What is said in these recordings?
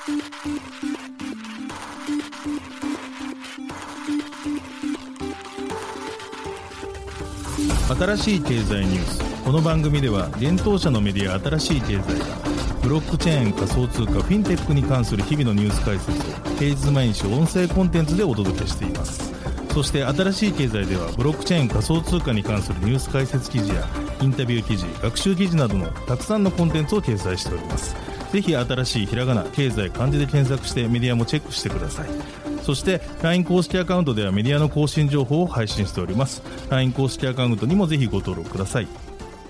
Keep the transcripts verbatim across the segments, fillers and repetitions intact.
新しい経済ニュース。この番組では現当社のメディア新しい経済がブロックチェーン、仮想通貨、フィンテックに関する日々のニュース解説を平日毎日音声コンテンツでお届けしています。そして新しい経済ではブロックチェーン、仮想通貨に関するニュース解説記事やインタビュー記事、学習記事などのたくさんのコンテンツを掲載しております。ぜひ新しいひらがな、経済、漢字で検索してメディアもチェックしてください。そして ライン 公式アカウントではメディアの更新情報を配信しております。 ライン 公式アカウントにもぜひご登録ください。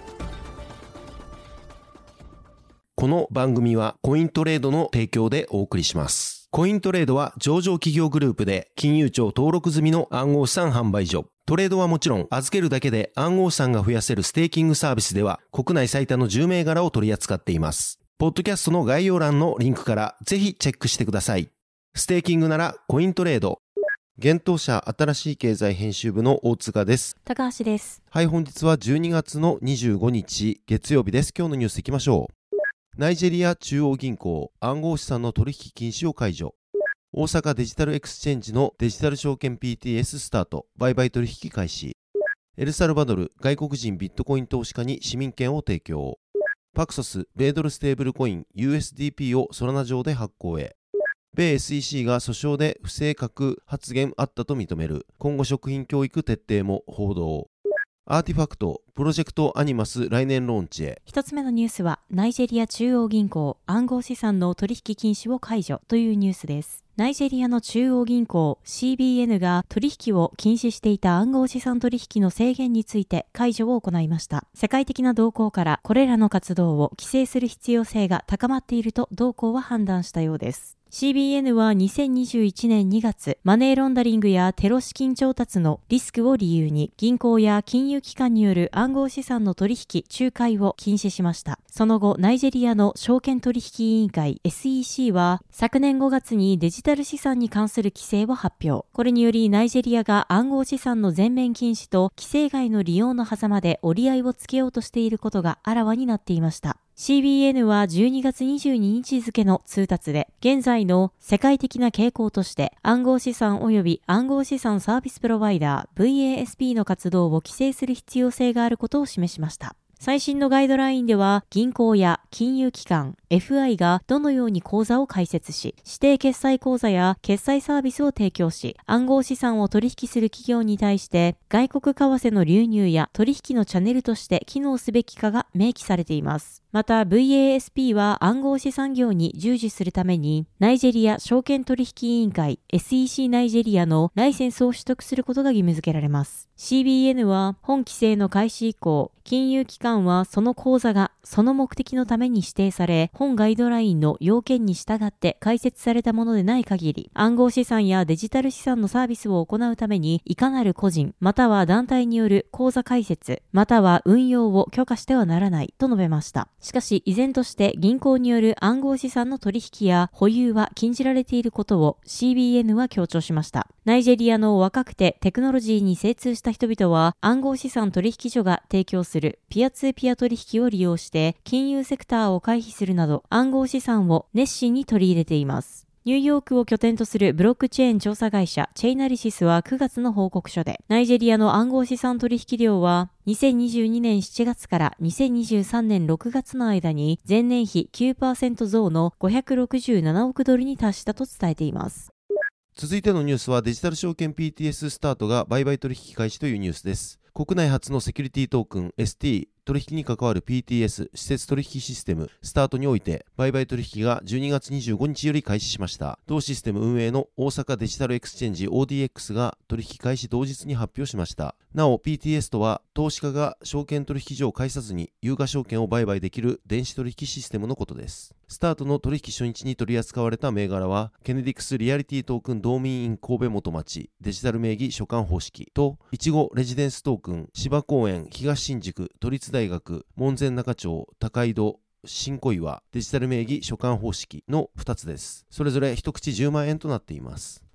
この番組はコイントレードの提供でお送りします。コイントレードは上場企業グループで金融庁登録済みの暗号資産販売所。トレードはもちろん預けるだけで暗号資産が増やせるステーキングサービスでは国内最多のじゅうめいがらを取り扱っています。ポッドキャストの概要欄のリンクからぜひチェックしてください。ステーキングならコイントレード。現当社新しい経済編集部の大塚です。 高橋です。 はい、本日はじゅうにがつのにじゅうごにち月曜日です。今日のニュースいきましょう。ナイジェリア中央銀行暗号資産の取引禁止を解除。大阪デジタルエクスチェンジのデジタル証券 ピーティーエス スタート、売買取引開始。エルサルバドル外国人ビットコイン投資家に市民権を提供。パクソス米ドルステーブルコイン ユーエスディーピー をソラナ上で発行へ。米 エスイーシー が訴訟で不正確発言あったと認める。今後食品教育徹底も報道。アーティファクトプロジェクトアニマス来年ローンチへ。 一つ目のニュースはナイジェリア中央銀行暗号資産の取引禁止を解除というニュースです。ナイジェリアの中央銀行 シービーエヌ が取引を禁止していた暗号資産取引の制限について解除を行いました。世界的な動向からこれらの活動を規制する必要性が高まっていると同行は判断したようです。シービーエヌ はにせんにじゅういちねんにがつ、マネーロンダリングやテロ資金調達のリスクを理由に銀行や金融機関による暗号資産の取引・仲介を禁止しました。その後、ナイジェリアの証券取引委員会 エスイーシー は昨年ごがつにデジタル資産に関する規制を発表。これによりナイジェリアが暗号資産の全面禁止と規制外の利用の狭間で折り合いをつけようとしていることがあらわになっていました。シービーエヌ はじゅうにがつにじゅうににち付の通達で、現在の世界的な傾向として暗号資産及び暗号資産サービスプロバイダー ブイエーエスピー の活動を規制する必要性があることを示しました。最新のガイドラインでは銀行や金融機関 エフアイ がどのように口座を開設し、指定決済口座や決済サービスを提供し、暗号資産を取引する企業に対して外国為替の流入や取引のチャンネルとして機能すべきかが明記されています。また ブイエーエスピー は暗号資産業に従事するためにナイジェリア証券取引委員会 エスイーシー ナイジェリアのライセンスを取得することが義務付けられます。シービーエヌ は本規制の開始以降、金融機関はその口座がその目的のために指定され、本ガイドラインの要件に従って開設されたものでない限り、暗号資産やデジタル資産のサービスを行うためにいかなる個人、または団体による口座開設、または運用を許可してはならないと述べました。しかし依然として銀行による暗号資産の取引や保有は禁じられていることを シービーエヌ は強調しました。ナイジェリアの若くてテクノロジーに精通した人々は暗号資産取引所が提供するピアツーピア取引を利用して金融セクターを回避するなど暗号資産を熱心に取り入れています。ニューヨークを拠点とするブロックチェーン調査会社チェイナリシスはくがつの報告書で、ナイジェリアの暗号資産取引量はにせんにじゅうにねんしちがつからにせんにじゅうさんねんろくがつの間に前年比 きゅうパーセント 増のごひゃくろくじゅうななおくドルに達したと伝えています。 続いてのニュースはデジタル証券 ピーティーエス スタートが売買取引開始というニュースです。国内初のセキュリティトークン エスティー取引に関わる ピーティーエス 施設取引システムスタートにおいて売買取引がじゅうにがつにじゅうごにちより開始しました。同システム運営の大阪デジタルエクスチェンジ オーディーエックス が取引開始同日に発表しました。なお ピーティーエス とは投資家が証券取引所を介さずに有価証券を売買できる電子取引システムのことです。スタートの取引初日に取り扱われた銘柄はケネディクスリアリティトークン道民院神戸元町デジタル名義所管方式といちごレジデンストークン芝公園東新宿都立大学門前仲町高井戸新小岩デジタル名義所管方式のふたつです。それぞれ一口じゅうまんえんとなっています。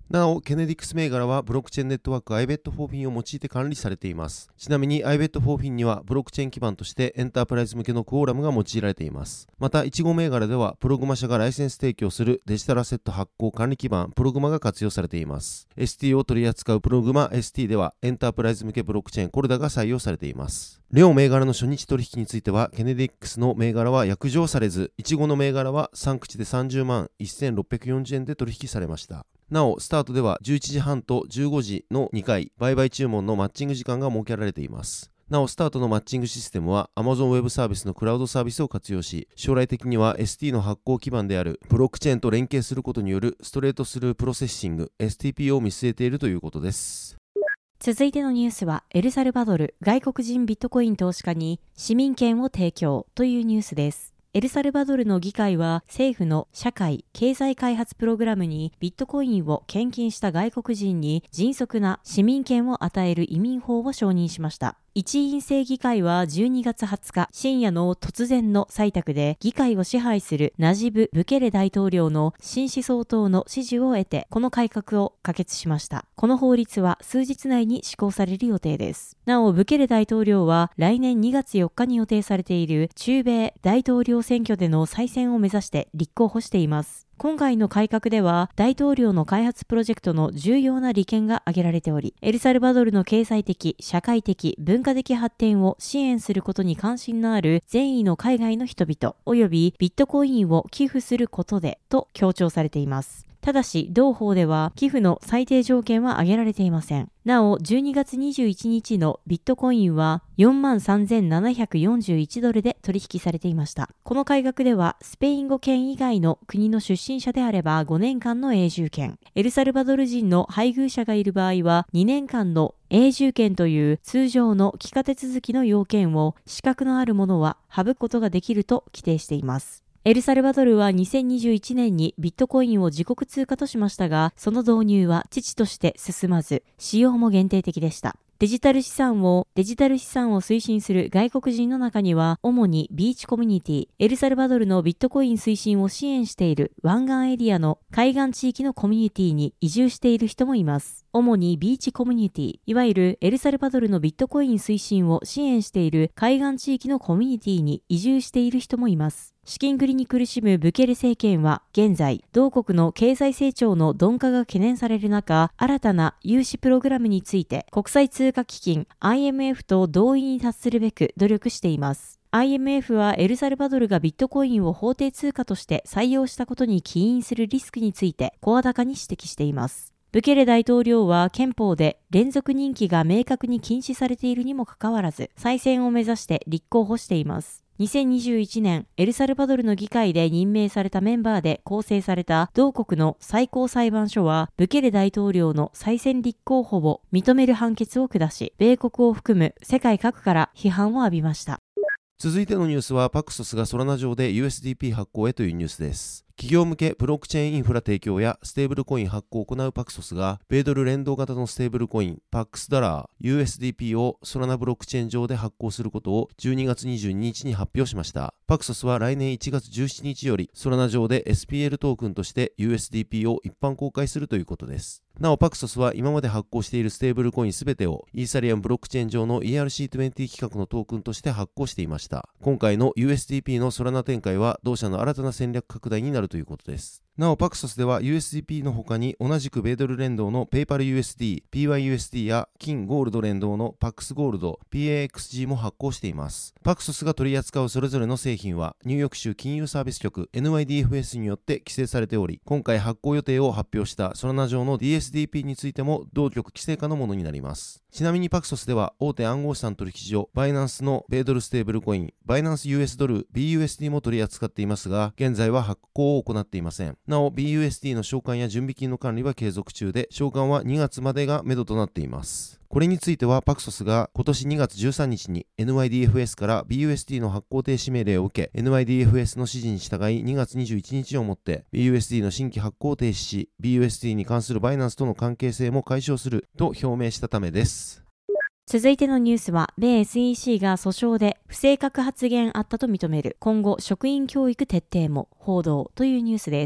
なお、ケネディクス銘柄はブロックチェーンネットワーク アイベットフォーフィン を用いて管理されています。ちなみに アイベットフォーフィン にはブロックチェーン基盤としてエンタープライズ向けのクオーラムが用いられています。また、いち号銘柄ではプログマ社がライセンス提供するデジタルアセット発行管理基盤プログマが活用されています。エスティー を取り扱うプログマ エスティー ではエンタープライズ向けブロックチェーンコルダが採用されています。両銘柄の初日取引については、ケネディックスの銘柄は約定されず、いち号の銘柄はさん口でさんじゅうまんせんろっぴゃくよんじゅうえんで取引されました。なお、スタートではじゅういちじはんとじゅうごじのにかい、売買注文のマッチング時間が設けられています。なお、スタートのマッチングシステムは Amazon Web サービスのクラウドサービスを活用し、将来的には エスティー の発行基盤であるブロックチェーンと連携することによるストレートスループロセッシング エスティーピー を見据えているということです。 続いてのニュースは、エルサルバドル外国人ビットコイン投資家に市民権を提供というニュースです。エルサルバドルの議会は政府の社会経済開発プログラムにビットコインを献金した外国人に迅速な市民権を与える移民法を承認しました。一院制議会はじゅうにがつはつか深夜の突然の採択で議会を支配するナジブ・ブケレ大統領の新思想党の支持を得てこの改革を可決しました。この法律は数日内に施行される予定です。なお、ブケレ大統領は来年にがつよっかに予定されている中米大統領選挙での再選を目指して立候補しています。今回の改革では大統領の開発プロジェクトの重要な利権が挙げられており、エルサルバドルの経済的、社会的、文化的発展を支援することに関心のある善意の海外の人々及びビットコインを寄付することでと強調されています。ただし、同法では寄付の最低条件は挙げられていません。なお、じゅうにがつにじゅういちにちのビットコインは よんまんさんぜんななひゃくよんじゅういちドルで取引されていました。この改革では、スペイン語圏以外の国の出身者であればごねんかんの永住権、エルサルバドル人の配偶者がいる場合はにねんかんの永住権という通常の帰化手続きの要件を資格のある者は省くことができると規定しています。エルサルバドルはにせんにじゅういちねんにビットコインを自国通貨としましたが、その導入は遅々として進まず、使用も限定的でした。デジタル資産を、デジタル資産を推進する外国人の中には、主にビーチコミュニティ、エルサルバドルのビットコイン推進を支援している湾岸エリアの海岸地域のコミュニティに移住している人もいます。主にビーチコミュニティ、いわゆるエルサルバドルのビットコイン推進を支援している海岸地域のコミュニティに移住している人もいます。資金繰りに苦しむブケレ政権は現在、同国の経済成長の鈍化が懸念される中、新たな融資プログラムについて国際通貨基金 アイエムエフ と同意に達するべく努力しています。アイエムエフ はエルサルバドルがビットコインを法定通貨として採用したことに起因するリスクについて声高に指摘しています。ブケレ大統領は憲法で連続任期が明確に禁止されているにもかかわらず、再選を目指して立候補しています。にせんにじゅういちねん、エルサルバドルの議会で任命されたメンバーで構成された同国の最高裁判所は、ブケレ大統領の再選立候補を認める判決を下し、米国を含む世界各から批判を浴びました。 続いてのニュースは、パクソスがソラナ上で ユーエスディーピー 発行へというニュースです。企業向けブロックチェーンインフラ提供やステーブルコイン発行を行うパクソスが、米ドル連動型のステーブルコイン、パックスダラー、ユーエスディーピー をソラナブロックチェーン上で発行することをじゅうにがつにじゅうににちに発表しました。パクソスは来年いちがつじゅうしちにちよりソラナ上で エスピーエル トークンとして ユーエスディーピー を一般公開するということです。なお、パクソスは今まで発行しているステーブルコインすべてをイーサリアムブロックチェーン上の イーアールシーにじゅう 規格のトークンとして発行していました。今回の ユーエスディーピー のソラナ展開は同社の新たな戦略拡大になるということです。なお、パクソスでは ユーエスディーピー の他に同じく米ドル連動のペイパル ユーエスディー、ピーワイユーエスディー や金ゴールド連動のパックスゴールド、ピーエーエックスジー も発行しています。パクソスが取り扱うそれぞれの製品はニューヨーク州金融サービス局 エヌワイディーエフエス によって規制されており、今回発行予定を発表したソラナ上の ディーエスディーピー についても同局規制下のものになります。ちなみにパクソスでは大手暗号資産取引所バイナンスの米ドルステーブルコイン、バイナンス ユーエス ドル ビーユーエスディー も取り扱っていますが、現在は発行を行っていません。なお ビーユーエスディー の償還や準備金の管理は継続中で、償還はにがつまでが目処となっています。これについてはパクソスが今年にがつじゅうさんにちに エヌワイディーエフエス から ビーユーエスディー の発行停止命令を受け、 エヌワイディーエフエス の指示に従いにがつにじゅういちにちをもって ビーユーエスディー の新規発行を停止し、 ビーユーエスディー に関するバイナンスとの関係性も解消すると表明したためです。 続いてのニュースは、米 エスイーシー が訴訟で不正確発言あったと認める、今後職員教育徹底も報道というニュースです。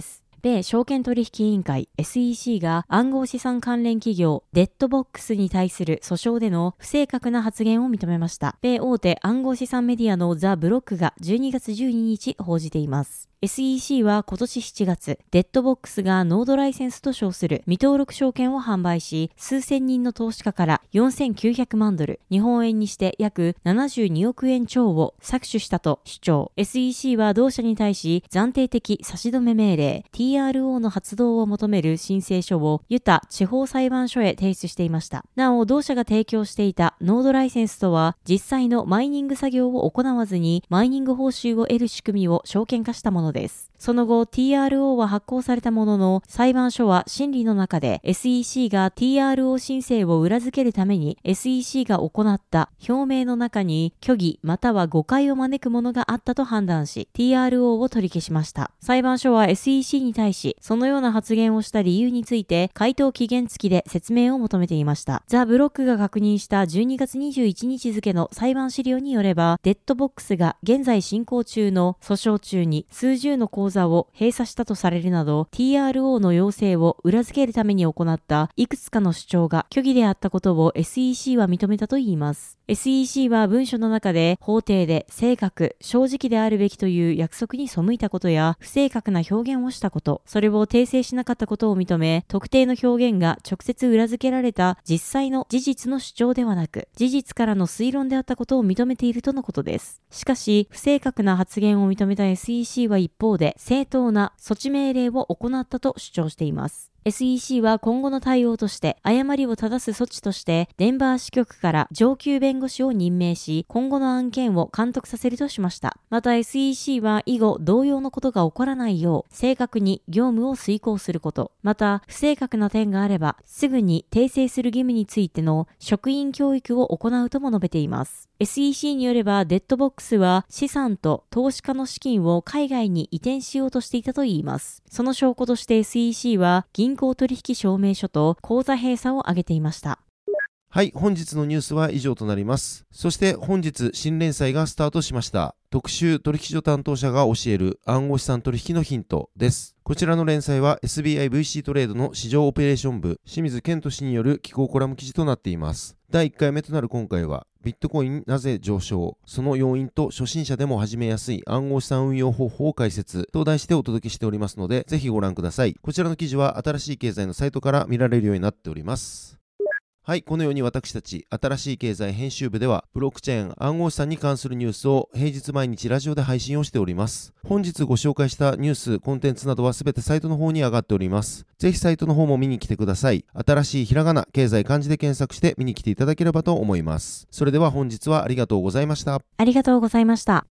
米証券取引委員会 エスイーシー が暗号資産関連企業デッドボックスに対する訴訟での不正確な発言を認めました。米大手暗号資産メディアのザ・ブロックがじゅうにがつじゅうににち報じています。エスイーシー は今年しちがつ、デッドボックスがノードライセンスと称する未登録証券を販売し、数千人の投資家からよんせんきゅうひゃくまんドル、日本円にして約ななじゅうにおくえん超を搾取したと主張。エスイーシー は同社に対し暫定的差し止め命令 ティーアールオー の発動を求める申請書をユタ地方裁判所へ提出していました。なお、同社が提供していたノードライセンスとは、実際のマイニング作業を行わずにマイニング報酬を得る仕組みを証券化したものです。その後 ティーアールオー は発行されたものの、裁判所は審理の中で エスイーシー が ティーアールオー 申請を裏付けるために エスイーシー が行った表明の中に虚偽または誤解を招くものがあったと判断し ティーアールオー を取り消しました。裁判所は エスイーシー に対しそのような発言をした理由について回答期限付きで説明を求めていました。ザ・ブロックが確認したじゅうにがつにじゅういちにち付の裁判資料によれば、デッドボックスが現在進行中の訴訟中に数十の口座を閉鎖したとされるなど ティーアールオー の要請を裏付けるために行ったいくつかの主張が虚偽であったことを エスイーシー は認めたといいます。エスイーシー は文書の中で法廷で正確、正直であるべきという約束に背いたことや不正確な表現をしたこと、それを訂正しなかったことを認め、特定の表現が直接裏付けられた実際の事実の主張ではなく、事実からの推論であったことを認めているとのことです。しかし、不正確な発言を認めた エスイーシー は一方で正当な措置命令を行ったと主張しています。エスイーシー は今後の対応として誤りを正す措置としてデンバー支局から上級弁護士を任命し、今後の案件を監督させるとしました。また エスイーシー は以後同様のことが起こらないよう正確に業務を遂行すること、また不正確な点があればすぐに訂正する義務についての職員教育を行うとも述べています。エスイーシー によればデッドボックスは資産と投資家の資金を海外に移転しようとしていたといいます。その証拠として エスイーシー は銀行取引証明書と口座閉鎖を挙げていました。 はい、本日のニュースは以上となります。そして本日新連載がスタートしました。特集取引所担当者が教える暗号資産取引のヒントです。こちらの連載は エスビーアイブイシー トレードの市場オペレーション部清水健人氏による寄稿コラム記事となっています。だいいっかいめとなる今回はビットコインなぜ上昇、その要因と初心者でも始めやすい暗号資産運用方法を解説と題してお届けしておりますので、ぜひご覧ください。こちらの記事は新しい経済のサイトから見られるようになっております。はい、このように私たち新しい経済編集部ではブロックチェーン暗号資産に関するニュースを平日毎日ラジオで配信をしております。本日ご紹介したニュースコンテンツなどはすべてサイトの方に上がっております。ぜひサイトの方も見に来てください。新しいひらがな経済漢字で検索して見に来ていただければと思います。それでは本日はありがとうございました。 ありがとうございました。